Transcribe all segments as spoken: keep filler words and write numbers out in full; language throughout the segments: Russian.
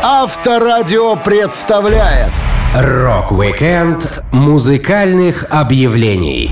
Авторадио представляет Рок-викенд музыкальных объявлений.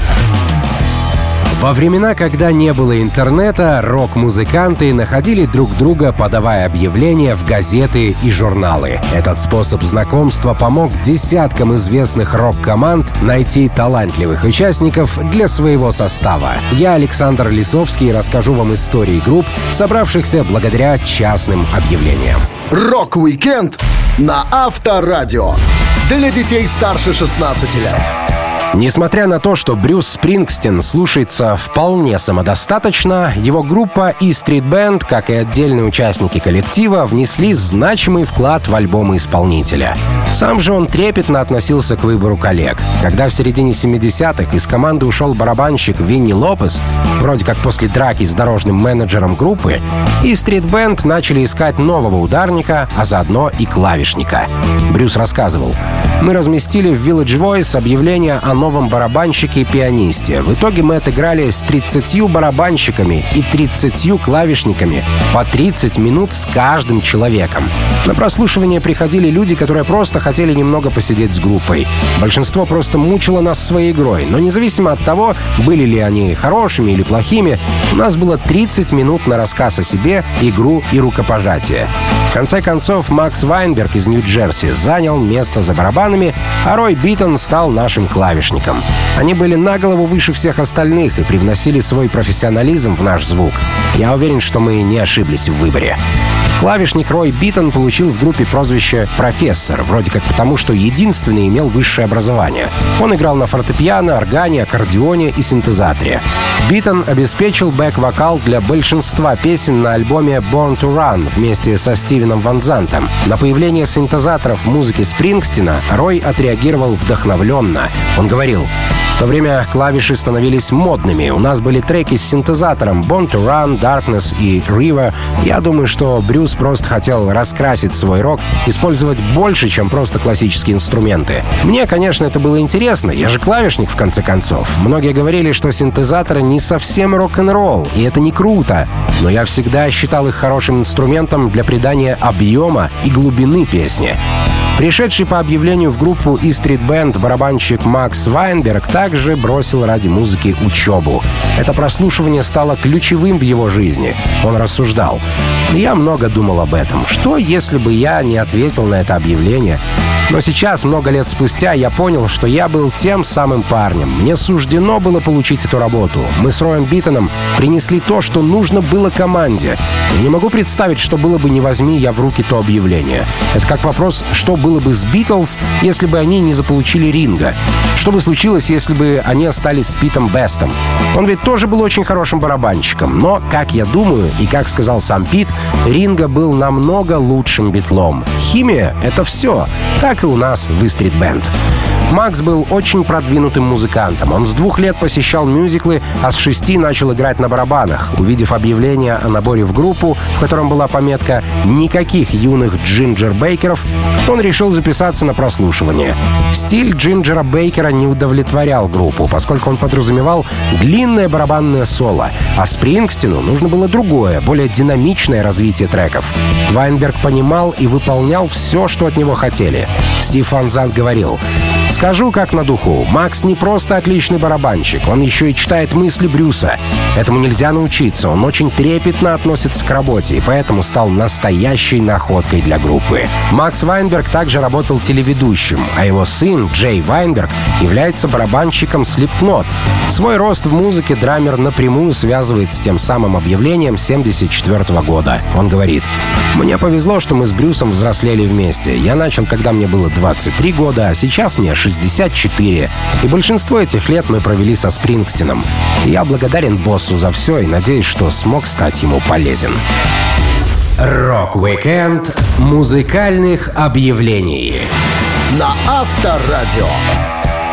Во времена, когда не было интернета, рок-музыканты находили друг друга, подавая объявления в газеты и журналы. Этот способ знакомства помог десяткам известных рок-команд найти талантливых участников для своего состава. Я, Александр Лисовский, расскажу вам истории групп, собравшихся благодаря частным объявлениям. Рок-викенд на Авторадио. Для детей старше шестнадцати лет. Несмотря на то, что Брюс Спрингстин слушается вполне самодостаточно, его группа E Street Band, как и отдельные участники коллектива, внесли значимый вклад в альбомы исполнителя. Сам же он трепетно относился к выбору коллег. Когда в середине семидесятых из команды ушел барабанщик Винни Лопес, вроде как после драки с дорожным менеджером группы, E Street Band начали искать нового ударника, а заодно и клавишника. Брюс рассказывал: «Мы разместили в Village Voice объявление о новом барабанщике и пианисте. В итоге мы отыграли с тридцатью барабанщиками и тридцатью клавишниками по тридцать минут с каждым человеком. На прослушивание приходили люди, которые просто хотели немного посидеть с группой. Большинство просто мучило нас своей игрой, но независимо от того, были ли они хорошими или плохими, у нас было тридцать минут на рассказ о себе, игру и рукопожатие». В конце концов, Макс Вайнберг из Нью-Джерси занял место за барабанами, а Рой Биттон стал нашим клавишником. Они были на голову выше всех остальных и привносили свой профессионализм в наш звук. Я уверен, что мы не ошиблись в выборе. Клавишник Рой Биттон получил в группе прозвище «Профессор», вроде как потому, что единственный имел высшее образование. Он играл на фортепиано, органе, аккордеоне и синтезаторе. Биттон обеспечил бэк-вокал для большинства песен на альбоме «Born to Run» вместе со Стивеном Ван Зантом. На появление синтезаторов в музыке Спрингстина Рой отреагировал вдохновленно. Он говорил: «В то время клавиши становились модными. У нас были треки с синтезатором Born to Run, Darkness и River. Я думаю, что Брюс просто хотел раскрасить свой рок, использовать больше, чем просто классические инструменты. Мне, конечно, это было интересно. Я же клавишник, в конце концов. Многие говорили, что синтезаторы не совсем рок-н-ролл, и это не круто. Но я всегда считал их хорошим инструментом для придания объема и глубины песни». Пришедший по объявлению в группу E Street Band барабанщик Макс Вайнберг также бросил ради музыки учебу. Это прослушивание стало ключевым в его жизни. Он рассуждал: «Я много думал об этом. Что, если бы я не ответил на это объявление? Но сейчас, много лет спустя, я понял, что я был тем самым парнем. Мне суждено было получить эту работу. Мы с Роем Биттоном принесли то, что нужно было команде. Я не могу представить, что было бы, не возьми я в руки то объявление. Это как вопрос, что было бы с Битлз, если бы они не заполучили Ринга? Что бы случилось, если бы они остались с Питом Бестом? Он ведь тоже был очень хорошим барабанщиком. Но, как я думаю, и как сказал сам Пит, Ринга был намного лучшим битлом. Химия — это все. Так и у нас в E Street Band». Макс был очень продвинутым музыкантом. Он с двух лет посещал мюзиклы, а с шести начал играть на барабанах. Увидев объявление о наборе в группу, в котором была пометка «Никаких юных Джинджер Бейкеров», он решил записаться на прослушивание. Стиль Джинджера Бейкера не удовлетворял группу, поскольку он подразумевал длинное барабанное соло, а Спрингстину нужно было другое, более динамичное развитие треков. Вайнберг понимал и выполнял все, что от него хотели. Стив Ван Зант говорил: «Скажу как на духу, Макс не просто отличный барабанщик, он еще и читает мысли Брюса. Этому нельзя научиться, он очень трепетно относится к работе и поэтому стал настоящей находкой для группы». Макс Вайнберг также работал телеведущим, а его сын Джей Вайнберг является барабанщиком Slipknot. Свой рост в музыке драмер напрямую связывает с тем самым объявлением семьдесят четвёртого года. Он говорит: «Мне повезло, что мы с Брюсом взрослели вместе. Я начал, когда мне было двадцать три года, а сейчас мне шестьдесят четыре. И большинство этих лет мы провели со Спрингстином. Я благодарен боссу за все и надеюсь, что смог стать ему полезен». Рок-викенд музыкальных объявлений на Авторадио.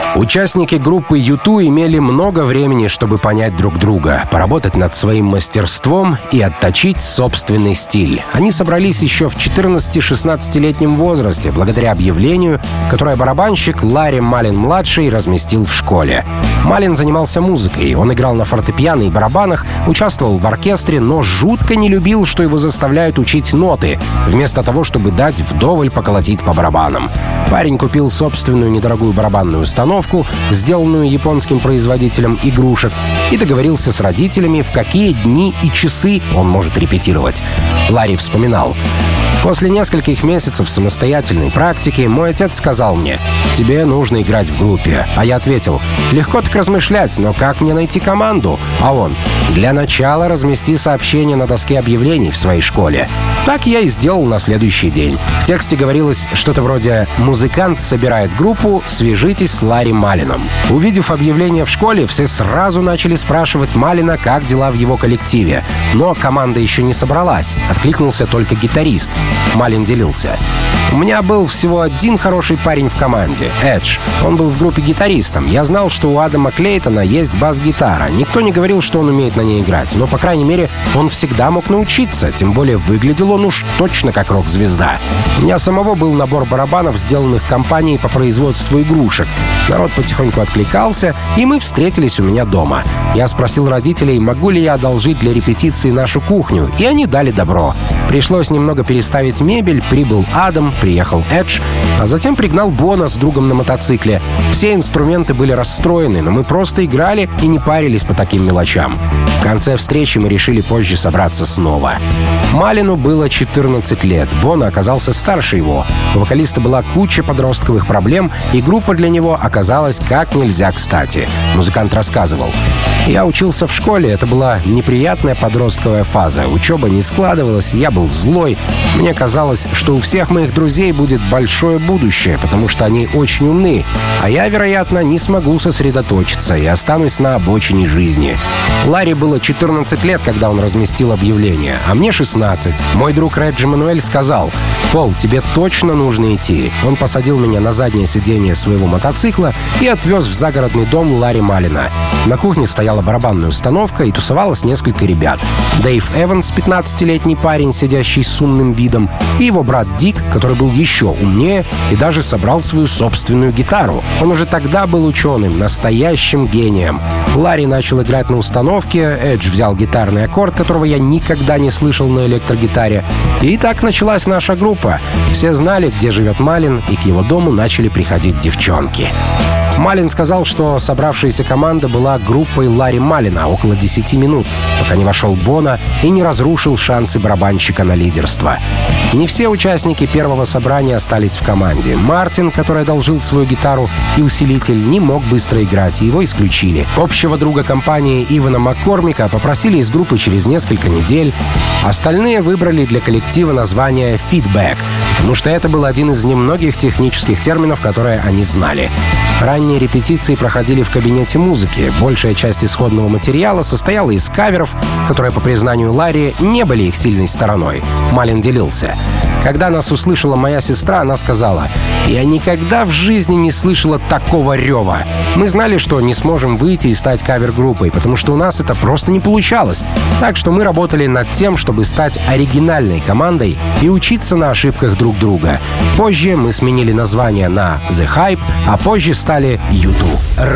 Участники группы ю ту имели много времени, чтобы понять друг друга, поработать над своим мастерством и отточить собственный стиль. Они собрались еще в четырнадцати-шестнадцатилетнем возрасте, благодаря объявлению, которое барабанщик Ларри Малин-младший разместил в школе. Малин занимался музыкой, он играл на фортепиано и барабанах, участвовал в оркестре, но жутко не любил, что его заставляют учить ноты, вместо того, чтобы дать вдоволь поколотить по барабанам. Парень купил собственную недорогую барабанную установку, сделанную японским производителем игрушек, и договорился с родителями, в какие дни и часы он может репетировать. Ларри вспоминал: «После нескольких месяцев самостоятельной практики мой отец сказал мне: тебе нужно играть в группе». А я ответил: легко так размышлять, но как мне найти команду? А он: для начала размести сообщение на доске объявлений в своей школе. Так я и сделал на следующий день. В тексте говорилось что-то вроде: «Музыкант собирает группу, свяжитесь с Ларри Малином». Увидев объявление в школе, все сразу начали спрашивать Малина, как дела в его коллективе. Но команда еще не собралась, откликнулся только гитарист. Малин делился: «У меня был всего один хороший парень в команде — Эдж. Он был в группе гитаристом. Я знал, что у Адама Клейтона есть бас-гитара. Никто не говорил, что он умеет на ней играть, но, по крайней мере, он всегда мог научиться, тем более выглядел он уж точно как рок-звезда. У меня самого был набор барабанов, сделанных компанией по производству игрушек. Народ потихоньку откликался, и мы встретились у меня дома. Я спросил родителей, могу ли я одолжить для репетиции нашу кухню, и они дали добро. Пришлось немного переставить мебель, прибыл Адам, приехал Эдж, а затем пригнал Бона с другом на мотоцикле. Все инструменты были расстроены, но мы просто играли и не парились по таким мелочам. В конце встречи мы решили позже собраться снова». Малину было четырнадцать лет, Бона оказался старше его. У вокалиста была куча подростковых проблем, и группа для него оказалась как нельзя кстати. Музыкант рассказывал: «Я учился в школе, это была неприятная подростковая фаза. Учеба не складывалась, я был злой. Мне казалось, что у всех моих друзей будет большое будущее, потому что они очень умны, а я, вероятно, не смогу сосредоточиться и останусь на обочине жизни». Ларри было четырнадцать лет, когда он разместил объявление, а мне шестнадцать. Мой друг Реджи Мануэль сказал: «Пол, тебе точно нужно идти». Он посадил меня на заднее сиденье своего мотоцикла и отвез в загородный дом Ларри Малина. На кухне стояла барабанная установка и тусовалось несколько ребят. Дэйв Эванс, пятнадцатилетний парень, сидящий с умным видом, и его брат Дик, который был еще умнее и даже собрал свою собственную гитару. Он уже тогда был ученым, настоящим гением. Ларри начал играть на установке, Эдж взял гитарный аккорд, которого я никогда не слышал на электрогитаре. И так началась наша группа. Все знали, где живет Малин, и к его дому начали приходить девчонки. Малин сказал, что собравшаяся команда была группой Ларри Малина около десяти минут, пока не вошел Бона и не разрушил шансы барабанщика на лидерство. Не все участники первого собрания остались в команде. Мартин, который одолжил свою гитару и усилитель, не мог быстро играть, и его исключили. Общего друга компании Ивана Маккормика попросили из группы через несколько недель. Остальные выбрали для коллектива название «фидбэк», потому что это был один из немногих технических терминов, которые они знали. Ранние репетиции проходили в кабинете музыки. Большая часть исходного материала состояла из каверов, которые, по признанию Ларри, не были их сильной стороной. Малин делился: «Когда нас услышала моя сестра, она сказала: «Я никогда в жизни не слышала такого рева. Мы знали, что не сможем выйти и стать кавер-группой, потому что у нас это просто не получалось. Так что мы работали над тем, чтобы стать оригинальной командой и учиться на ошибках друг друга. Позже мы сменили название на The Hype, а позже стали ю ту».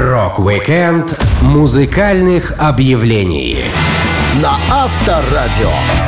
Рок-викенд музыкальных объявлений на Авторадио.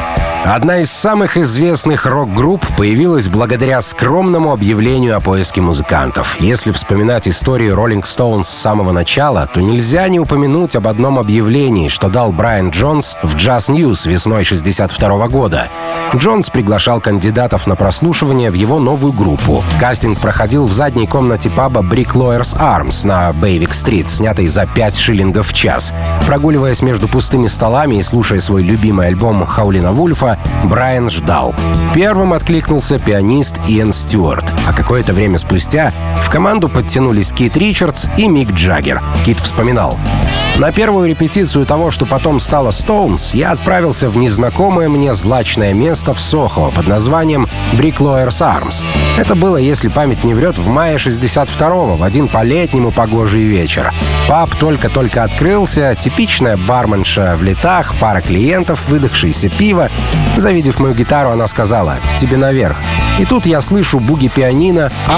Одна из самых известных рок-групп появилась благодаря скромному объявлению о поиске музыкантов. Если вспоминать историю Rolling Stones с самого начала, то нельзя не упомянуть об одном объявлении, что дал Брайан Джонс в Jazz News весной шестьдесят второго года. Джонс приглашал кандидатов на прослушивание в его новую группу. Кастинг проходил в задней комнате паба Brick Lawyers Arms на Бейвик-стрит, снятой за пять шиллингов в час. Прогуливаясь между пустыми столами и слушая свой любимый альбом Хаулина Вульфа, Брайан ждал. Первым откликнулся пианист Иэн Стюарт, а какое-то время спустя в команду подтянулись Кит Ричардс и Мик Джаггер. Кит вспоминал: На первую репетицию того, что потом стало Stones, я отправился в незнакомое мне злачное место в Сохо под названием Bricklawyers Arms. Это было, если память не врет, в мае шестьдесят второго, в один по-летнему погожий вечер. Паб только-только открылся, типичная барменша в летах, пара клиентов, выдохшееся пиво. Завидев мою гитару, она сказала: «Тебе наверх». И тут я слышу буги-пианино, а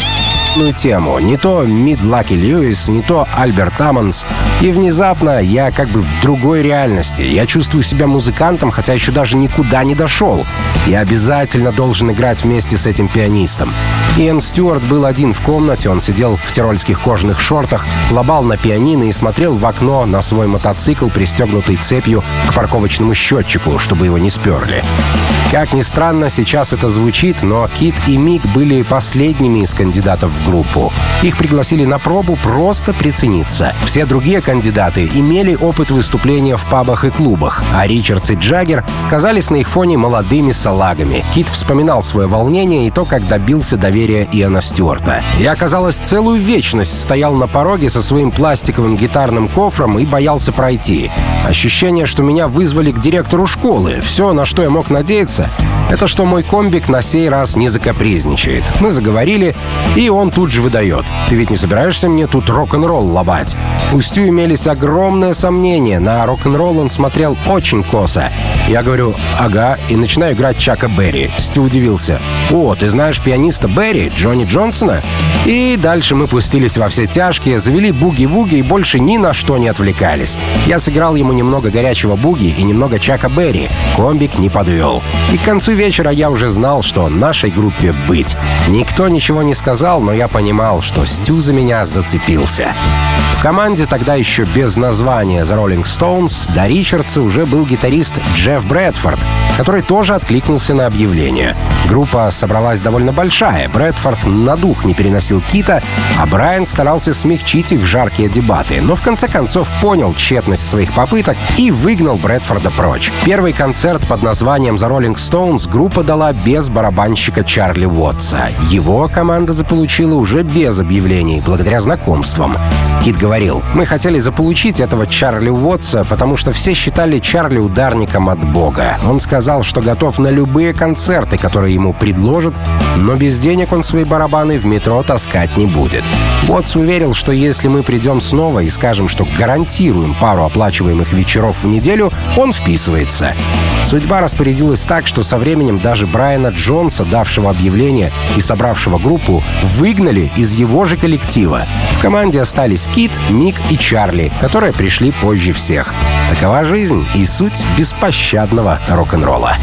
тему. Не то Мид Лаки Льюис, не то Альберт Аммонс. И внезапно я как бы в другой реальности. Я чувствую себя музыкантом, хотя еще даже никуда не дошел. Я обязательно должен играть вместе с этим пианистом. Иэн Стюарт был один в комнате, он сидел в тирольских кожаных шортах, лобал на пианино и смотрел в окно на свой мотоцикл, пристегнутый цепью к парковочному счетчику, чтобы его не сперли. Как ни странно, сейчас это звучит, но Кит и Мик были последними из кандидатов в группу. Их пригласили на пробу просто прицениться. Все другие кандидаты имели опыт выступления в пабах и клубах, а Ричардс и Джаггер казались на их фоне молодыми салагами. Кит вспоминал свое волнение и то, как добился доверия Иэна Стюарта. Я, казалось, целую вечность стоял на пороге со своим пластиковым гитарным кофром и боялся пройти. Ощущение, что меня вызвали к директору школы. Все, на что я мог надеяться, это что мой комбик на сей раз не закапризничает. Мы заговорили, и он тут же выдает: «Ты ведь не собираешься мне тут рок-н-ролл лобать?» У Стю имелись огромные сомнения. На рок-н-ролл он смотрел очень косо. Я говорю: «Ага», и начинаю играть Чака Берри. Стю удивился: «О, ты знаешь пианиста Берри, Джонни Джонсона?» И дальше мы пустились во все тяжкие, завели буги-вуги и больше ни на что не отвлекались. Я сыграл ему немного горячего буги и немного Чака Берри. Комбик не подвел. И к концу вечера я уже знал, что нашей группе быть. Никто ничего не сказал, но я понимал, что Стю за меня зацепился. В команде тогда еще без названия The Rolling Stones до Ричардса уже был гитарист Джефф Брэдфорд, который тоже откликнулся на объявление. Группа собралась довольно большая. Брэдфорд на дух не переносил Кита, а Брайан старался смягчить их жаркие дебаты, но в конце концов понял тщетность своих попыток и выгнал Брэдфорда прочь. Первый концерт под названием The Rolling Stones группа дала без барабанщика Чарли Уотса. Его команда заполучила уже без объявлений, благодаря знакомствам. Кит говорил: «Мы хотели заполучить этого Чарли Уотса, потому что все считали Чарли ударником от Бога. Он сказал, что готов на любые концерты, которые ему предложат, но без денег он свои барабаны в метро таскать не будет». Уотс уверил, что если мы придем снова и скажем, что гарантируем пару оплачиваемых вечеров в неделю, он вписывается. Судьба распорядилась так, что со временем даже Брайана Джонса, давшего объявление и собравшего группу, выгнали из его же коллектива. В команде остались Кит, Мик и Чарли, которые пришли позже всех. Такова жизнь и суть беспощадного рок-н-ролла.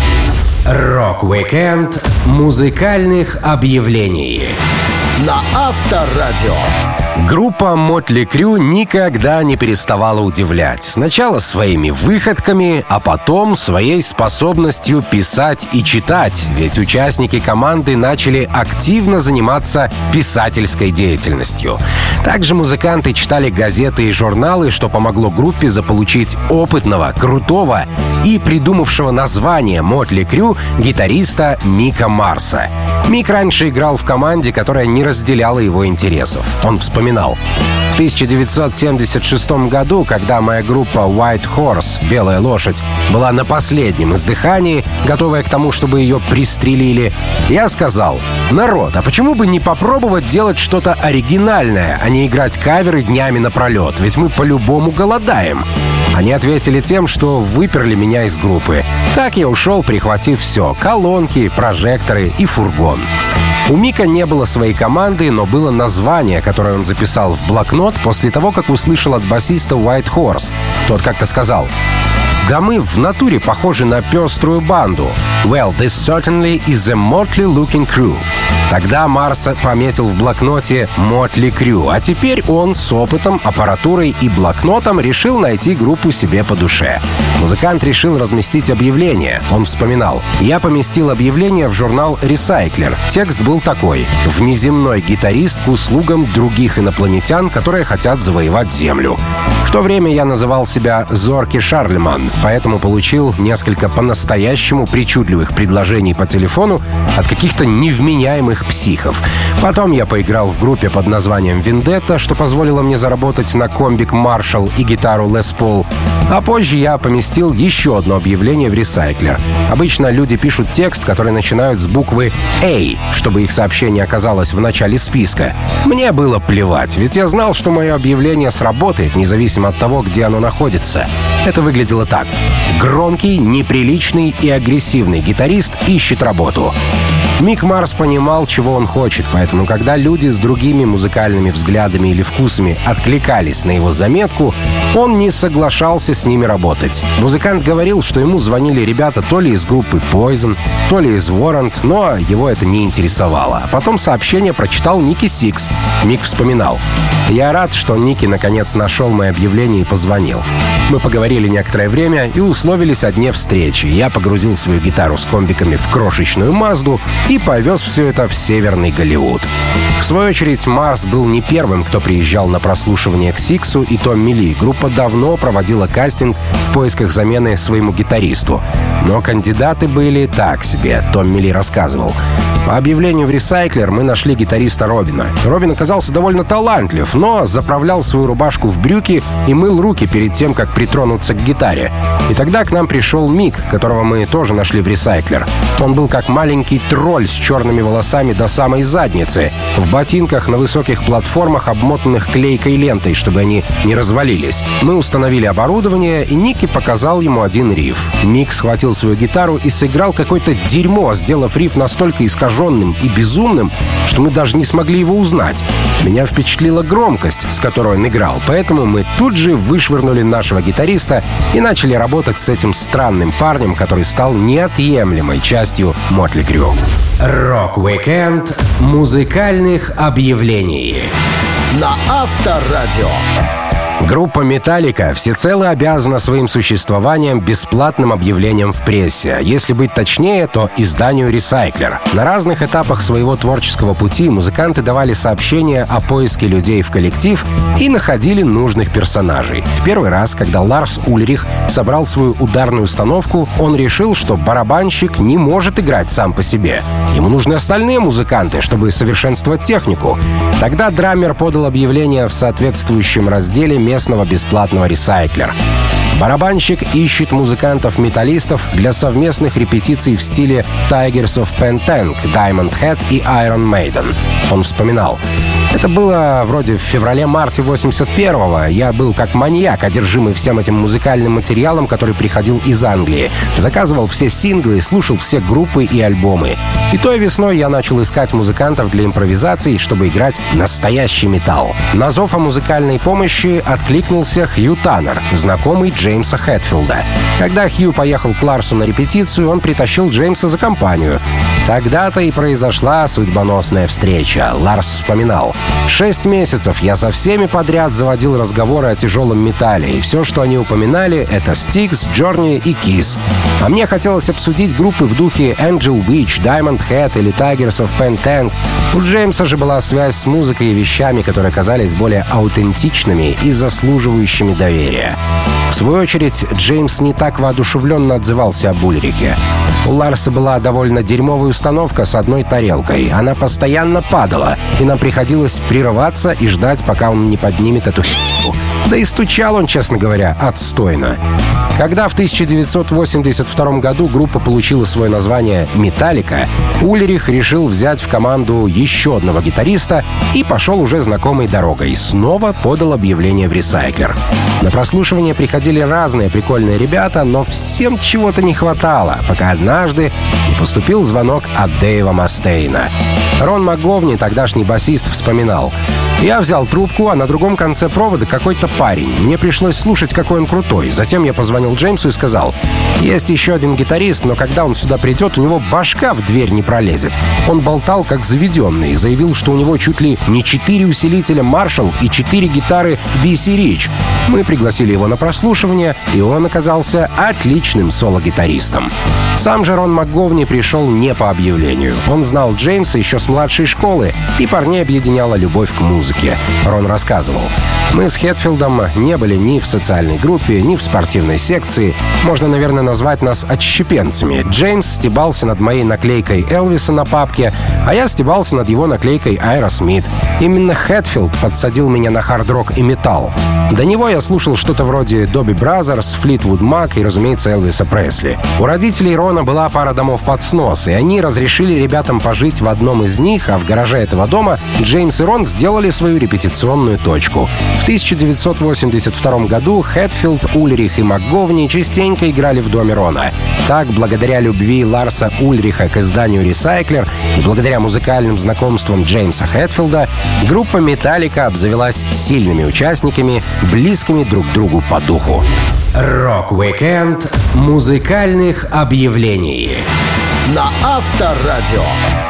Рок-викенд музыкальных объявлений на Авторадио. Группа Мотли Крю никогда не переставала удивлять. Сначала своими выходками, а потом своей способностью писать и читать. Ведь участники команды начали активно заниматься писательской деятельностью. Также музыканты читали газеты и журналы, что помогло группе заполучить опытного, крутого и придумавшего название Мотли Крю гитариста Мика Марса. Мик раньше играл в команде, которая не разделяла его интересов. Он вспоминал: «В тысяча девятьсот семьдесят шестом году, когда моя группа White Horse, Белая лошадь, была на последнем издыхании, готовая к тому, чтобы ее пристрелили, я сказал: народ, а почему бы не попробовать делать что-то оригинальное, а не играть каверы днями напролет, ведь мы по-любому голодаем». Они ответили тем, что выперли меня из группы. Так я ушел, прихватив все — колонки, прожекторы и фургон. У Мика не было своей команды, но было название, которое он записал в блокнот после того, как услышал от басиста White Horse. Тот как-то сказал: «Да мы в натуре похожи на пеструю банду. Well, this certainly is a motley looking crew». Тогда Марс пометил в блокноте «Мотли Крю», а теперь он с опытом, аппаратурой и блокнотом решил найти группу себе по душе. Музыкант решил разместить объявление. Он вспоминал: «Я поместил объявление в журнал «Recycler». Текст был такой: «Внеземной гитарист к услугам других инопланетян, которые хотят завоевать Землю». В то время я называл себя Зорки Шарлеман, поэтому получил несколько по-настоящему причудливых предложений по телефону от каких-то невменяемых полных психов. Потом я поиграл в группе под названием «Вендетта», что позволило мне заработать на комбик Marshall и гитару Les Paul. А позже я поместил еще одно объявление в ресайклер. Обычно люди пишут текст, который начинают с буквы «A», чтобы их сообщение оказалось в начале списка. Мне было плевать, ведь я знал, что мое объявление сработает, независимо от того, где оно находится. Это выглядело так. Громкий, неприличный и агрессивный гитарист ищет работу. Мик Марс понимал, чего он хочет, поэтому, когда люди с другими музыкальными взглядами или вкусами откликались на его заметку, он не соглашался с ними работать. Музыкант говорил, что ему звонили ребята то ли из группы Poison, то ли из Warrant, но его это не интересовало. Потом сообщение прочитал Ники Сикс. Мик вспоминал: «Я рад, что Ники наконец нашел мое объявление и позвонил. Мы поговорили некоторое время и условились о дне встречи. Я погрузил свою гитару с комбиками в крошечную Мазду и повез все это в Северный Голливуд». В свою очередь, Марс был не первым, кто приезжал на прослушивание к Сиксу и Томми Ли. Группа давно проводила кастинг в поисках замены своему гитаристу. Но кандидаты были так себе, Томми Ли рассказывал. По объявлению в ресайклер мы нашли гитариста Робина. Робин оказался довольно талантлив, но заправлял свою рубашку в брюки и мыл руки перед тем, как притронуться к гитаре. И тогда к нам пришел Мик, которого мы тоже нашли в ресайклер. Он был как маленький тролль с черными волосами до самой задницы, в ботинках на высоких платформах, обмотанных клейкой лентой, чтобы они не развалились. Мы установили оборудование, и Ники показал ему один риф. Мик схватил свою гитару и сыграл какое-то дерьмо, сделав риф настолько искаженным и безумным, что мы даже не смогли его узнать. Меня впечатлила громкость, с которой он играл, поэтому мы тут же вышвырнули нашего гитариста и начали работать с этим странным парнем, который стал неотъемлемой частью Мотли Крю. Рок-викенд музыкальных объявлений на Авторадио. Группа «Металлика» всецело обязана своим существованием бесплатным объявлением в прессе. Если быть точнее, то изданию «Ресайклер». На разных этапах своего творческого пути музыканты давали сообщения о поиске людей в коллектив и находили нужных персонажей. В первый раз, когда Ларс Ульрих собрал свою ударную установку, он решил, что барабанщик не может играть сам по себе. Ему нужны остальные музыканты, чтобы совершенствовать технику. Тогда драммер подал объявление в соответствующем разделе местного бесплатного ресайклера. Барабанщик ищет музыкантов-металлистов для совместных репетиций в стиле Tigers of Pentank, Diamond Head и Iron Maiden. Он вспоминал: «Это было вроде в феврале-марте восемьдесят первого. Я был как маньяк, одержимый всем этим музыкальным материалом, который приходил из Англии. Заказывал все синглы, слушал все группы и альбомы. И той весной я начал искать музыкантов для импровизаций, чтобы играть настоящий металл». На зов о музыкальной помощи откликнулся Хью Таннер, знакомый Джеймса Хэтфилда. Когда Хью поехал к Ларсу на репетицию, он притащил Джеймса за компанию. Тогда-то и произошла судьбоносная встреча. Ларс вспоминал: «Шесть месяцев я со всеми подряд заводил разговоры о тяжелом металле, и все, что они упоминали, это Styx, Journey и Kiss. А мне хотелось обсудить группы в духе Angel Witch, Diamond Head или Tigers of Pentank. У Джеймса же была связь с музыкой и вещами, которые казались более аутентичными и заслуживающими доверия». В свою очередь, Джеймс не так воодушевленно отзывался об Ульрихе. У Ларса была довольно дерьмовая установка с одной тарелкой. Она постоянно падала, и нам приходилось прерываться и ждать, пока он не поднимет эту херню. Да и стучал он, честно говоря, отстойно. Когда в тысяча девятьсот восемьдесят втором году группа получила свое название «Металлика», Ульрих решил взять в команду еще одного гитариста и пошел уже знакомой дорогой. Снова подал объявление в ресайклер. На прослушивание приходили разные прикольные ребята, но всем чего-то не хватало, пока однажды не поступил звонок от Дэйва Мастейна. Рон МакГовни, тогдашний басист, вспоминал: «Я взял трубку, а на другом конце провода какой-то парень. Мне пришлось слушать, какой он крутой. Затем я позвонил Джеймсу и сказал: есть еще один гитарист, но когда он сюда придет, у него башка в дверь не пролезет». Он болтал как заведенный, заявил, что у него чуть ли не четыре усилителя Marshall и четыре гитары би си Rich. Мы пригласили его на прослушивание, и он оказался отличным соло-гитаристом. Сам же Рон МакГовни пришел не по объявлению. Он знал Джеймса еще с младшей школы, и парней объединяла вызывала любовь к музыке. Рон рассказывал: «Мы с Хэтфилдом не были ни в социальной группе, ни в спортивной секции. Можно, наверное, назвать нас отщепенцами. Джеймс стебался над моей наклейкой Элвиса на папке, а я стебался над его наклейкой Aerosmith. Именно Хэтфилд подсадил меня на хард-рок и металл. До него я слушал что-то вроде Добби Бразерс, Флитвуд Мак и, разумеется, Элвиса Пресли. У родителей Рона была пара домов под снос, и они разрешили ребятам пожить в одном из них, а в гараже этого дома Джеймс и Рон сделали свою репетиционную точку. В тысяча девятьсот восемьдесят втором году Хэтфилд, Ульрих и МакГовни частенько играли в доме Рона. Так, благодаря любви Ларса Ульриха к изданию «Ресайклер» и благодаря музыкальным знакомствам Джеймса Хэтфилда, группа «Металлика» обзавелась сильными участниками, близкими друг другу по духу. Рок-викенд музыкальных объявлений На Авторадио.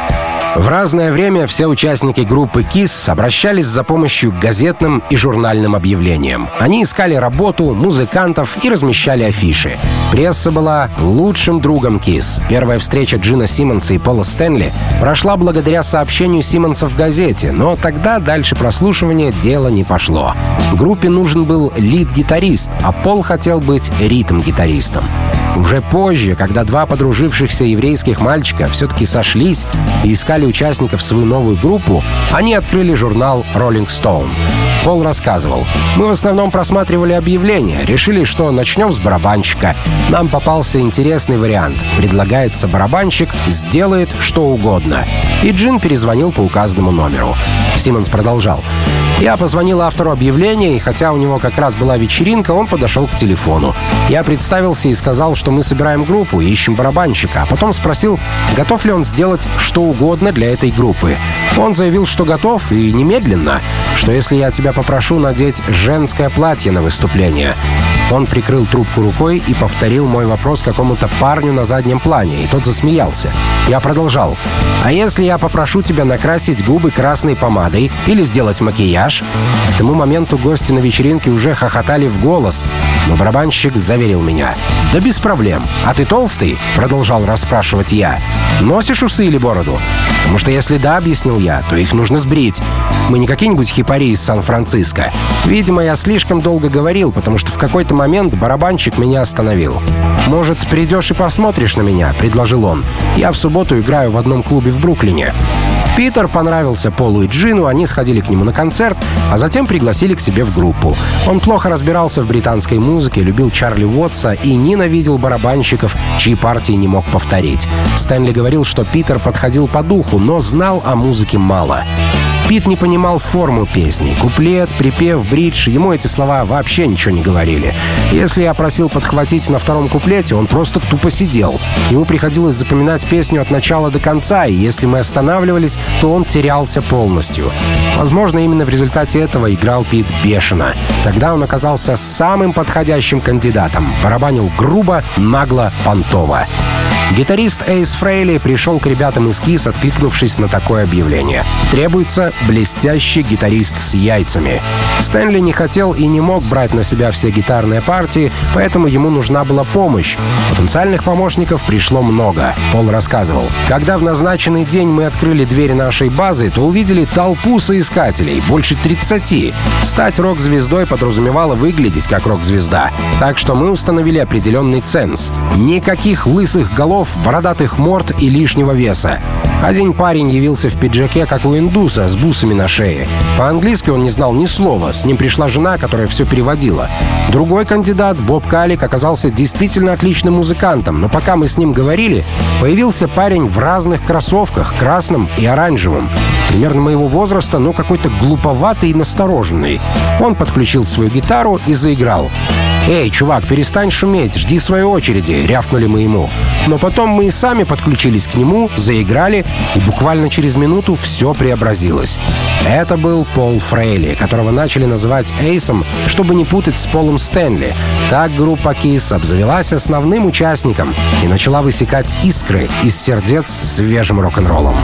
В разное время все участники группы Kiss обращались за помощью к газетным и журнальным объявлениям. Они искали работу, музыкантов и размещали афиши. Пресса была лучшим другом Kiss. Первая встреча Джина Симмонса и Пола Стэнли прошла благодаря сообщению Симмонса в газете, но тогда дальше прослушивания дело не пошло. Группе нужен был лид-гитарист, а Пол хотел быть ритм-гитаристом. Уже позже, когда два подружившихся еврейских мальчика все-таки сошлись и искали участников в свою новую группу, они открыли журнал Rolling Stone. Пол рассказывал: «Мы в основном просматривали объявления, решили, что начнем с барабанщика. Нам попался интересный вариант. Предлагается барабанщик, сделает что угодно». И Джин перезвонил по указанному номеру. Симмонс продолжал: «Я позвонил автору объявления, и хотя у него как раз была вечеринка, он подошел к телефону. Я представился и сказал, что мы собираем группу и ищем барабанщика, а потом спросил, готов ли он сделать что угодно для этой группы. Он заявил, что готов, и немедленно, что если я тебя попрошу надеть женское платье на выступление». Он прикрыл трубку рукой и повторил мой вопрос какому-то парню на заднем плане, и тот засмеялся. Я продолжал: «А если я попрошу тебя накрасить губы красной помадой или сделать макияж?» К тому моменту гости на вечеринке уже хохотали в голос, но барабанщик заверил меня: «Да без проблем. А ты толстый?» — продолжал расспрашивать я. «Носишь усы или бороду?» «Потому что если да, — объяснил я, — то их нужно сбрить. Мы не какие-нибудь хипари из Сан-Франциско». Видимо, я слишком долго говорил, потому что в какой-то момент барабанщик меня остановил. «Может, придешь и посмотришь на меня?» — предложил он. «Я в субботу играю в одном клубе в Бруклине». Питер понравился Полу и Джину, они сходили к нему на концерт, а затем пригласили к себе в группу. Он плохо разбирался в британской музыке, любил Чарли Уотса и ненавидел барабанщиков, чьи партии не мог повторить. Стэнли говорил, что Питер подходил по духу, но знал о музыке мало. Пит не понимал форму песни. Куплет, припев, бридж — ему эти слова вообще ничего не говорили. Если я просил подхватить на втором куплете, он просто тупо сидел. Ему приходилось запоминать песню от начала до конца, и если мы останавливались, то он терялся полностью. Возможно, именно в результате этого играл Пит бешено. Тогда он оказался самым подходящим кандидатом. Барабанил грубо, нагло, понтово. Гитарист Эйс Фрейли пришел к ребятам из Kiss, откликнувшись на такое объявление. Требуется блестящий гитарист с яйцами. Стэнли не хотел и не мог брать на себя все гитарные партии, поэтому ему нужна была помощь. Потенциальных помощников пришло много. Пол рассказывал: «Когда в назначенный день мы открыли дверь нашей базы, то увидели толпу соискателей, больше тридцати. Стать рок-звездой подразумевало выглядеть как рок-звезда. Так что мы установили определенный ценз. Никаких лысых голов, бородатых морд и лишнего веса. Один парень явился в пиджаке, как у индуса, с бусами на шее. По-английски он не знал ни слова, с ним пришла жена, которая все переводила. Другой кандидат, Боб Калик, оказался действительно отличным музыкантом, но пока мы с ним говорили, появился парень в разных кроссовках, красном и оранжевом. Примерно моего возраста, но какой-то глуповатый и настороженный. Он подключил свою гитару и заиграл. «Эй, чувак, перестань шуметь, жди своей очереди», — рявкнули мы ему. Но потом мы и сами подключились к нему, заиграли, и буквально через минуту все преобразилось. Это был Пол Фрейли, которого начали называть Эйсом, чтобы не путать с Полом Стэнли. Так группа Kiss обзавелась основным участником и начала высекать искры из сердец свежим рок-н-роллом.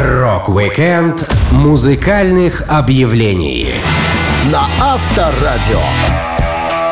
Рок-викенд музыкальных объявлений На Авторадио.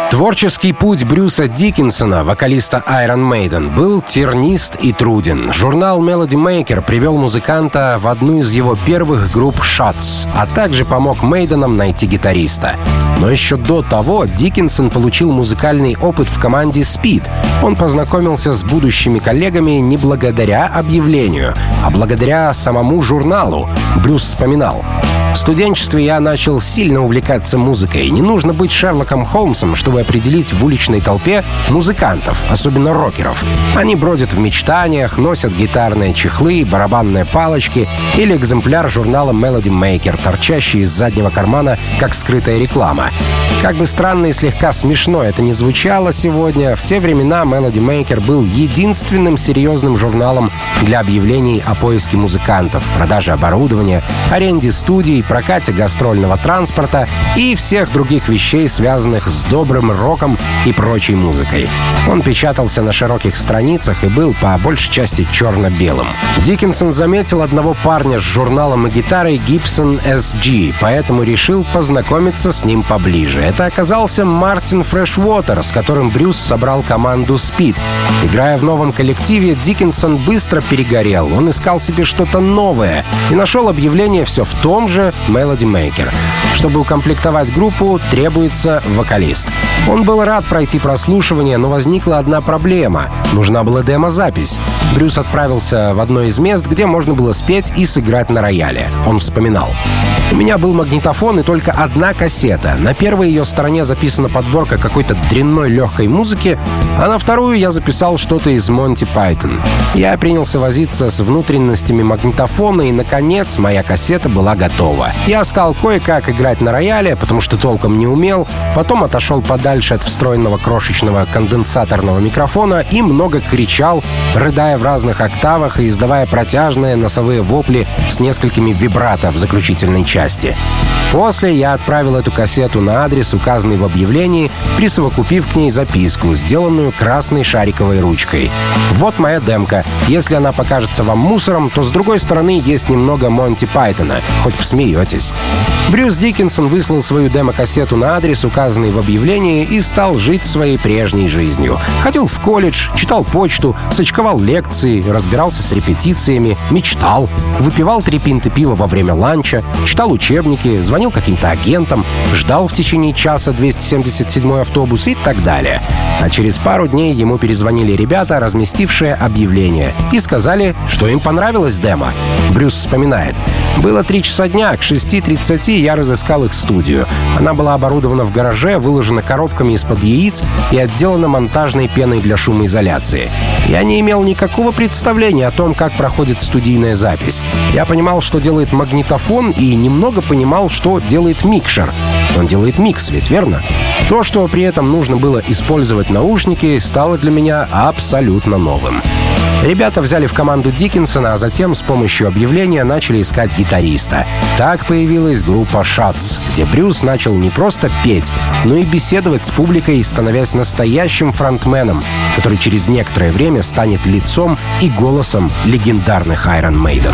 Творческий путь Брюса Диккинсона, вокалиста Iron Maiden, был тернист и труден. Журнал Melody Maker привел музыканта в одну из его первых групп Shots, а также помог Мейденам найти гитариста. Но еще до того Диккинсон получил музыкальный опыт в команде Speed. Он познакомился с будущими коллегами не благодаря объявлению, а благодаря самому журналу. Брюс вспоминал: «В студенчестве я начал сильно увлекаться музыкой. Не нужно быть Шерлоком Холмсом, чтобы определить в уличной толпе музыкантов, особенно рокеров. Они бродят в мечтаниях, носят гитарные чехлы, барабанные палочки или экземпляр журнала Melody Maker, торчащий из заднего кармана, как скрытая реклама. Как бы странно и слегка смешно это ни звучало сегодня, в те времена Melody Maker был единственным серьезным журналом для объявлений о поиске музыкантов, продаже оборудования, аренде студий, прокате гастрольного транспорта и всех других вещей, связанных с добрым роком и прочей музыкой. Он печатался на широких страницах и был по большей части черно-белым. Диккинсон заметил одного парня с журналом и гитарой Gibson эс джи, поэтому решил познакомиться с ним поближе. Это оказался Мартин Фрешвотер, с которым Брюс собрал команду Speed. Играя в новом коллективе, Диккинсон быстро перегорел. Он искал себе что-то новое и нашел объявление все в том же Melody Maker. Чтобы укомплектовать группу, требуется вокалист. Он был рад пройти прослушивание, но возникла одна проблема. Нужна была демозапись. Брюс отправился в одно из мест, где можно было спеть и сыграть на рояле. Он вспоминал: «У меня был магнитофон и только одна кассета. На первой ее стороне записана подборка какой-то дрянной легкой музыки, а на вторую я записал что-то из Монти Пайтон. Я принялся возиться с внутренностями магнитофона, и, наконец, моя кассета была готова. Я стал кое-как играть на рояле, потому что толком не умел, потом отошел подальше от встроенного крошечного конденсаторного микрофона и много кричал, рыдая в разных октавах и издавая протяжные носовые вопли с несколькими вибрато в заключительной части. После я отправил эту кассету на адрес, указанный в объявлении, присовокупив к ней записку, сделанную красной шариковой ручкой. Вот моя демка. Если она покажется вам мусором, то с другой стороны есть немного Монти Пайтона. Хоть посмеетесь». Брюс Диккинсон выслал свою демо-кассету на адрес, указанный в объявлении, и стал жить своей прежней жизнью. Ходил в колледж, читал почту, сочковал лекции, разбирался с репетициями, мечтал, выпивал три пинты пива во время ланча, читал учебники, звонил каким-то агентам, ждал в течение часа двести семьдесят седьмой автобус и так далее. А через пару дней ему перезвонили ребята, разместившие объявление, и сказали, что им понравилась демо. Брюс вспоминает: «Было три часа дня, к шести тридцати я разыскал их студию. Она была оборудована в гараже, выложена коробками из-под яиц и отделана монтажной пеной для шумоизоляции. Я не имел никакого представления о том, как проходит студийная запись. Я понимал, что делает магнитофон, и немного понимал, что делает микшер. Он делает микс, ведь верно? То, что при этом нужно было использовать наушники, стало для меня абсолютно новым». Ребята взяли в команду Диккинсона, а затем с помощью объявления начали искать гитариста. Так появилась группа Shots, где Брюс начал не просто петь, но и беседовать с публикой, становясь настоящим фронтменом, который через некоторое время станет лицом и голосом легендарных Iron Maiden.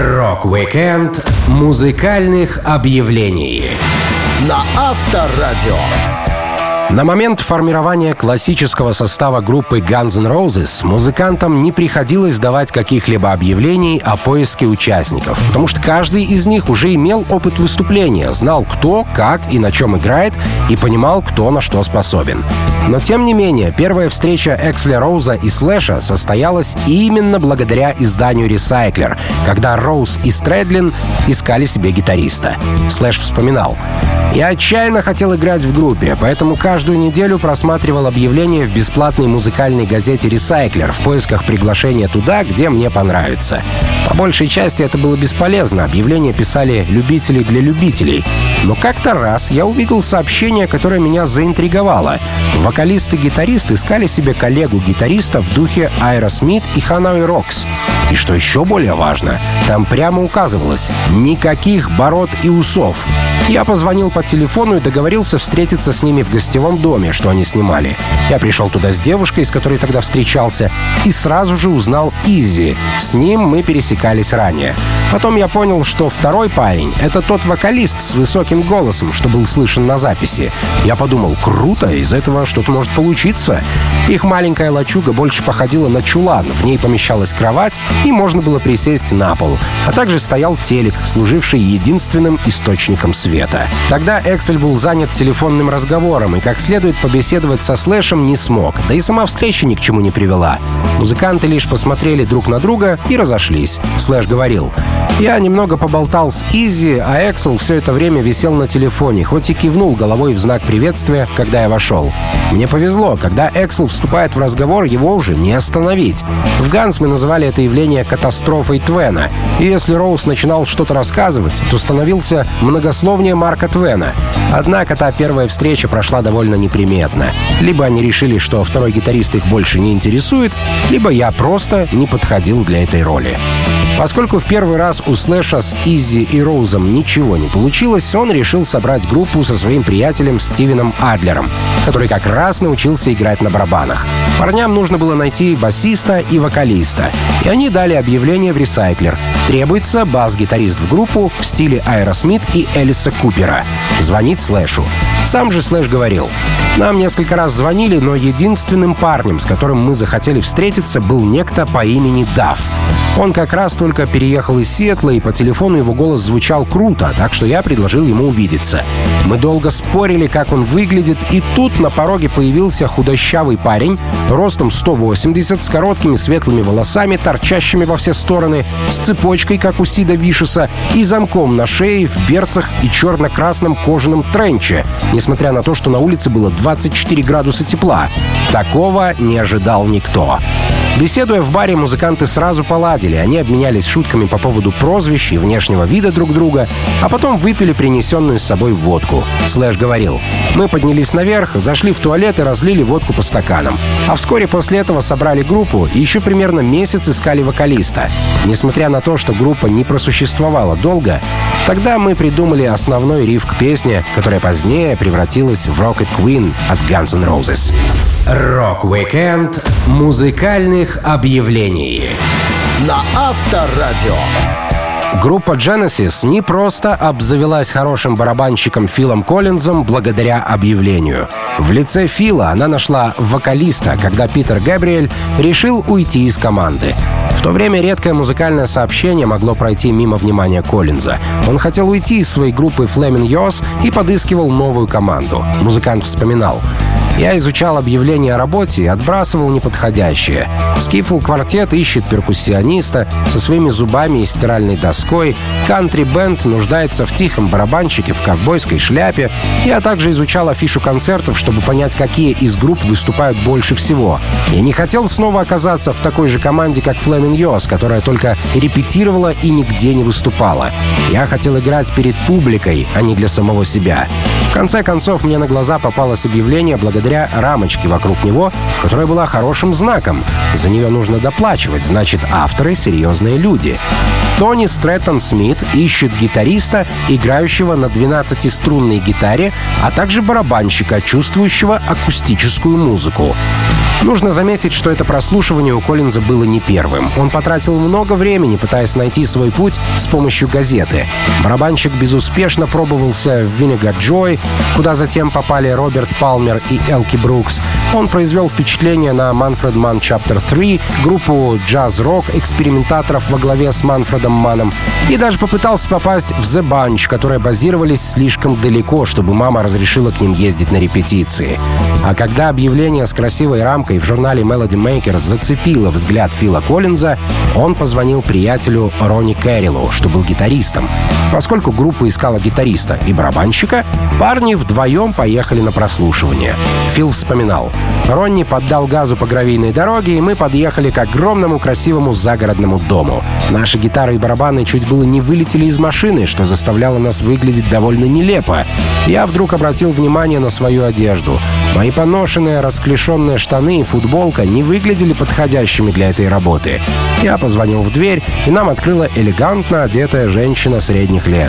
Рок-викенд музыкальных объявлений На Авторадио. На момент формирования классического состава группы Guns N' Roses музыкантам не приходилось давать каких-либо объявлений о поиске участников, потому что каждый из них уже имел опыт выступления, знал, кто, как и на чем играет, и понимал, кто на что способен. Но, тем не менее, первая встреча Эксли Роуза и Слэша состоялась именно благодаря изданию Recycler, когда Роуз и Стрэдлин искали себе гитариста. Слэш вспоминал: «Я отчаянно хотел играть в группе, поэтому каждую неделю просматривал объявления в бесплатной музыкальной газете Recycler в поисках приглашения туда, где мне понравится. По большей части это было бесполезно, объявления писали любители для любителей. Но как-то раз я увидел сообщение, которое меня заинтриговало. Вокалист и гитарист искали себе коллегу-гитариста в духе Aerosmith и Hanoi Rocks. И что еще более важно, там прямо указывалось: никаких бород и усов. Я позвонил по телефону и договорился встретиться с ними в гостевом доме, что они снимали. Я пришел туда с девушкой, с которой тогда встречался, и сразу же узнал Иззи. С ним мы пересекались ранее. Потом я понял, что второй парень — это тот вокалист с высоким голосом, что был слышен на записи. Я подумал, круто, из этого что-то может получиться. Их маленькая лачуга больше походила на чулан. В ней помещалась кровать, и можно было присесть на пол. А также стоял телек, служивший единственным источником света. Тогда Эксель был занят телефонным разговором, и как следует побеседовать со Слэшем не смог. Да и сама встреча ни к чему не привела. Музыканты лишь посмотрели друг на друга и разошлись. Слэш говорил: «Я немного поболтал с Иззи, а Эксел все это время висел на телефоне, хоть и кивнул головой в знак приветствия, когда я вошел. Мне повезло, когда Эксел вступает в разговор, его уже не остановить. В Ганс мы называли это явление катастрофой Твена, и если Роуз начинал что-то рассказывать, то становился многословнее Марка Твена. Однако та первая встреча прошла довольно неприметно. Либо они решили, что второй гитарист их больше не интересует, либо я просто не подходил для этой роли». Поскольку в первый раз у Слэша с Иззи и Роузом ничего не получилось, он решил собрать группу со своим приятелем Стивеном Адлером, который как раз научился играть на барабанах. Парням нужно было найти басиста и вокалиста, и они дали объявление в ресайклер. Требуется бас-гитарист в группу в стиле Аэросмит и Элиса Купера. Звонить Слэшу. Сам же Слэш говорил: «Нам несколько раз звонили, но единственным парнем, с которым мы захотели встретиться, был некто по имени Дафф. Он как раз только переехал из Сиэтла, и по телефону его голос звучал круто, так что я предложил ему увидеться. Мы долго спорили, как он выглядит, и тут на пороге появился худощавый парень, ростом сто восемьдесят, с короткими светлыми волосами, торчащими во все стороны, с цепочкой, как у Сида Вишеса, и замком на шее, в берцах и черно-красном кожаном тренче, несмотря на то, что на улице было двадцать четыре градуса тепла. Такого не ожидал никто». Беседуя в баре, музыканты сразу поладили. Они обменялись шутками по поводу прозвищ и внешнего вида друг друга, а потом выпили принесенную с собой водку. Слэш говорил: «Мы поднялись наверх, зашли в туалет и разлили водку по стаканам. А вскоре после этого собрали группу и еще примерно месяц искали вокалиста. Несмотря на то, что группа не просуществовала долго, тогда мы придумали основной риф к песне, которая позднее превратилась в Rocket Queen от Guns N' Roses». Рок-викенд музыкальных объявлений На Авторадио. Группа Genesis не просто обзавелась хорошим барабанщиком Филом Коллинзом благодаря объявлению. В лице Фила она нашла вокалиста, когда Питер Гэбриэль решил уйти из команды. В то время редкое музыкальное сообщение могло пройти мимо внимания Коллинза. Он хотел уйти из своей группы Flamin' Yours и подыскивал новую команду. Музыкант вспоминал: «Я изучал объявления о работе и отбрасывал неподходящее. Скифл квартет ищет перкуссиониста со своими зубами и стиральной доской. Кантри-бенд нуждается в тихом барабанщике в ковбойской шляпе. Я также изучал афишу концертов, чтобы понять, какие из групп выступают больше всего. Я не хотел снова оказаться в такой же команде, как Flamin' Yours, которая только репетировала и нигде не выступала. Я хотел играть перед публикой, а не для самого себя». В конце концов, мне на глаза попалось объявление благодаря рамочке вокруг него, которая была хорошим знаком. За нее нужно доплачивать, значит, авторы — серьезные люди. Тони Стрэттон Смит ищет гитариста, играющего на двенадцатиструнной гитаре, а также барабанщика, чувствующего акустическую музыку. Нужно заметить, что это прослушивание у Коллинза было не первым. Он потратил много времени, пытаясь найти свой путь с помощью газеты. Барабанщик безуспешно пробовался в Vinegar Joy, куда затем попали Роберт Палмер и Элки Брукс. Он произвел впечатление на Manfred Mann Chapter три, группу джаз-рок экспериментаторов во главе с Манфредом Манном, и даже попытался попасть в The Bunch, которые базировались слишком далеко, чтобы мама разрешила к ним ездить на репетиции. А когда объявление с красивой рамкой в журнале Melody Maker зацепило взгляд Фила Коллинза, он позвонил приятелю Ронни Кэрриллу, что был гитаристом. Поскольку группа искала гитариста и барабанщика, парни вдвоем поехали на прослушивание. Фил вспоминал: «Ронни поддал газу по гравийной дороге, и мы подъехали к огромному красивому загородному дому. Наши гитары и барабаны чуть было не вылетели из машины, что заставляло нас выглядеть довольно нелепо. Я вдруг обратил внимание на свою одежду. Мои поношенные, расклешенные штаны и футболка не выглядели подходящими для этой работы. Я позвонил в дверь, и нам открыла элегантно одетая женщина средних лет.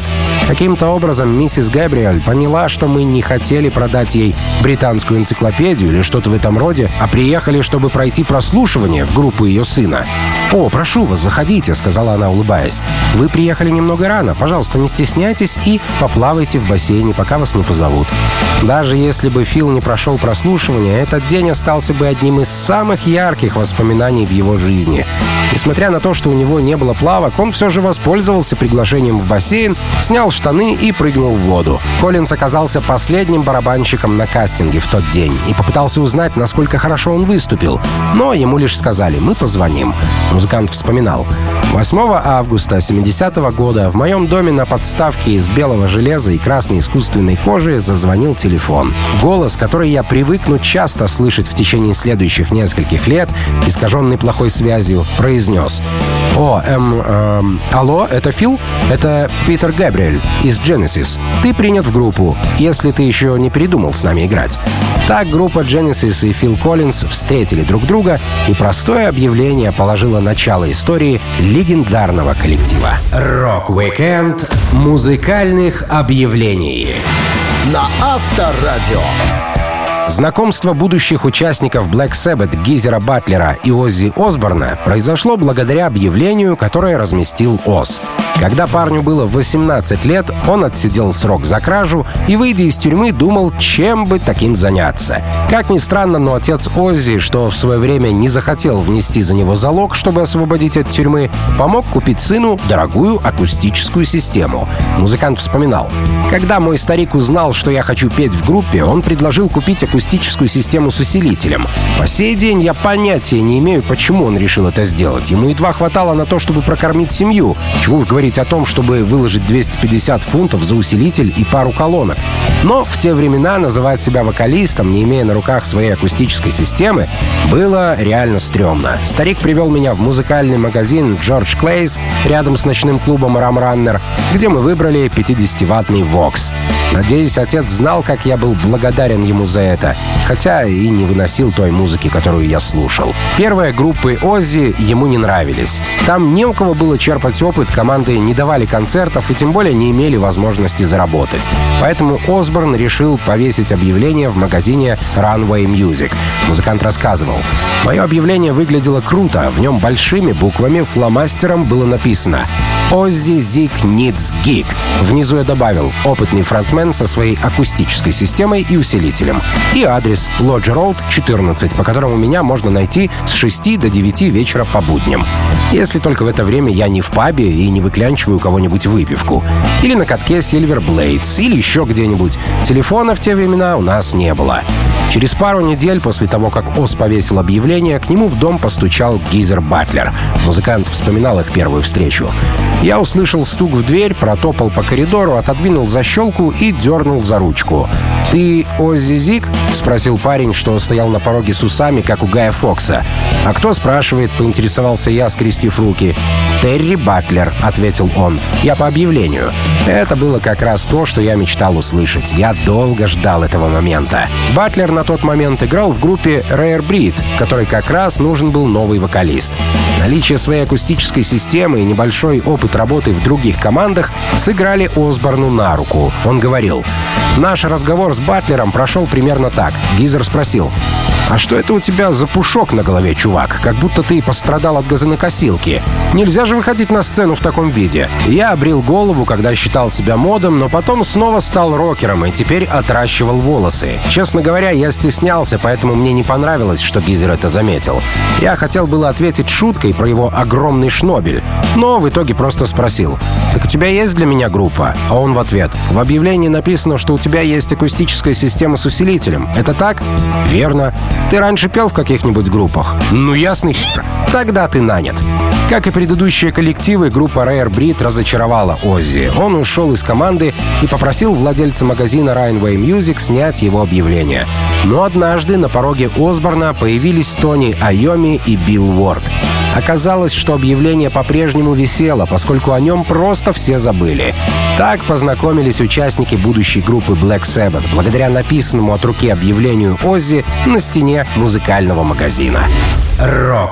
Каким-то образом миссис Гэбриэль поняла, что мы не хотели продать ей британскую энциклопедию или что-то в этом роде, а приехали, чтобы пройти прослушивание в группу ее сына. «О, прошу вас, заходите», — сказала она, улыбаясь. «Вы приехали немного рано. Пожалуйста, не стесняйтесь и поплавайте в бассейне, пока вас не позовут». Даже если бы Фил не прошел прослушивание, этот день остался бы одним из самых ярких воспоминаний в его жизни. Несмотря на то, что у него не было плавок, он все же воспользовался приглашением в бассейн, снял штаны и прыгнул в воду. Коллинз оказался последним барабанщиком на кастинге в тот день и попытался узнать, насколько хорошо он выступил. Но ему лишь сказали: «Мы позвоним». Музыкант вспоминал: восьмого августа семидесятого года в моем доме на подставке из белого железа и красной искусственной кожи зазвонил телефон. Голос, который я привыкну часто слышать в течение следующих нескольких лет, искаженный плохой связью, произнес: «О, эм, эм, алло, это Фил? Это Питер Гэбриэль из Genesis. Ты принят в группу, если ты еще не передумал с нами играть». Так группа Genesis и Фил Коллинз встретили друг друга, и простое объявление положило начало истории легендарного коллектива. Рок-викенд музыкальных объявлений На Авторадио. Знакомство будущих участников Black Sabbath Гизера Батлера и Оззи Осборна произошло благодаря объявлению, которое разместил Оз. Когда парню было восемнадцать лет, он отсидел срок за кражу и, выйдя из тюрьмы, думал, чем бы таким заняться. Как ни странно, но отец Оззи, что в свое время не захотел внести за него залог, чтобы освободить от тюрьмы, помог купить сыну дорогую акустическую систему. Музыкант вспоминал: «Когда мой старик узнал, что я хочу петь в группе, он предложил купить акустическую систему с усилителем. По сей день я понятия не имею, почему он решил это сделать. Ему едва хватало на то, чтобы прокормить семью. Чего уж говорить о том, чтобы выложить двести пятьдесят фунтов за усилитель и пару колонок. Но в те времена называть себя вокалистом, не имея на руках своей акустической системы, было реально стрёмно. Старик привел меня в музыкальный магазин Джордж Клейс рядом с ночным клубом Ram-Runner, где мы выбрали пятидесятиваттный Vox. Надеюсь, отец знал, как я был благодарен ему за это, хотя и не выносил той музыки, которую я слушал. Первые группы Оззи ему не нравились. Там не у кого было черпать опыт, команды не давали концертов и тем более не имели возможности заработать. Поэтому Осборн решил повесить объявление в магазине Runway Music. Музыкант рассказывал: «Мое объявление выглядело круто. В нем большими буквами фломастером было написано: Ozzy Zig needs gig». Внизу я добавил: опытный фронтмен со своей акустической системой и усилителем. И адрес Lodge Road, четырнадцать, по которому меня можно найти с шести до девяти вечера по будням. Если только в это время я не в пабе и не выклянчиваю у кого-нибудь выпивку. Или на катке Silver Blades, или еще где-нибудь. Телефона в те времена у нас не было. Через пару недель после того, как Оз повесил объявление, к нему в дом постучал Гизер Батлер. Музыкант вспоминал их первую встречу. «Я услышал стук в дверь, протопал по коридору, отодвинул защелку и дернул за ручку. «Ты Оззи Зиг?» — спросил парень, что стоял на пороге с усами, как у Гая Фокса. «А кто спрашивает?» — поинтересовался я, скрестив руки. «Терри Батлер», — ответил он. «Я по объявлению». Это было как раз то, что я мечтал услышать. Я долго ждал этого момента. Батлер на тот момент играл в группе Rare Breed, которой как раз нужен был новый вокалист. Наличие своей акустической системы и небольшой опыт работы в других командах сыграли Осборну на руку. Он говорил: «Наш разговор с Батлером прошел примерно так». Гизер спросил: «А что это у тебя за пушок на голове, чувак? Как будто ты пострадал от газонокосилки. Нельзя же выходить на сцену в таком виде». Я обрил голову, когда считал себя модом, но потом снова стал рокером и теперь отращивал волосы. Честно говоря, я стеснялся, поэтому мне не понравилось, что Гизер это заметил. Я хотел было ответить шуткой про его огромный шнобель, но в итоге просто спросил: «Так у тебя есть для меня группа?» А он в ответ: «В объявлении написано, что у тебя есть акустическая система с усилителем. Это так?» «Верно. Ты раньше пел в каких-нибудь группах?» «Ну ясный хер. Тогда ты нанят». Как и предыдущие коллективы, группа Rare Breed разочаровала Оззи. Он ушел из команды и попросил владельца магазина Runway Music снять его объявление. Но однажды на пороге Осборна появились Тони Айоми и Билл Уорд. Оказалось, что объявление по-прежнему висело, поскольку о нем просто все забыли. Так познакомились участники будущей группы Black Sabbath, благодаря написанному от руки объявлению Оззи на стене музыкального магазина.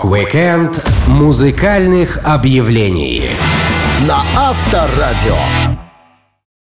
Рок-викенд музыкальных объявлений На Авторадио.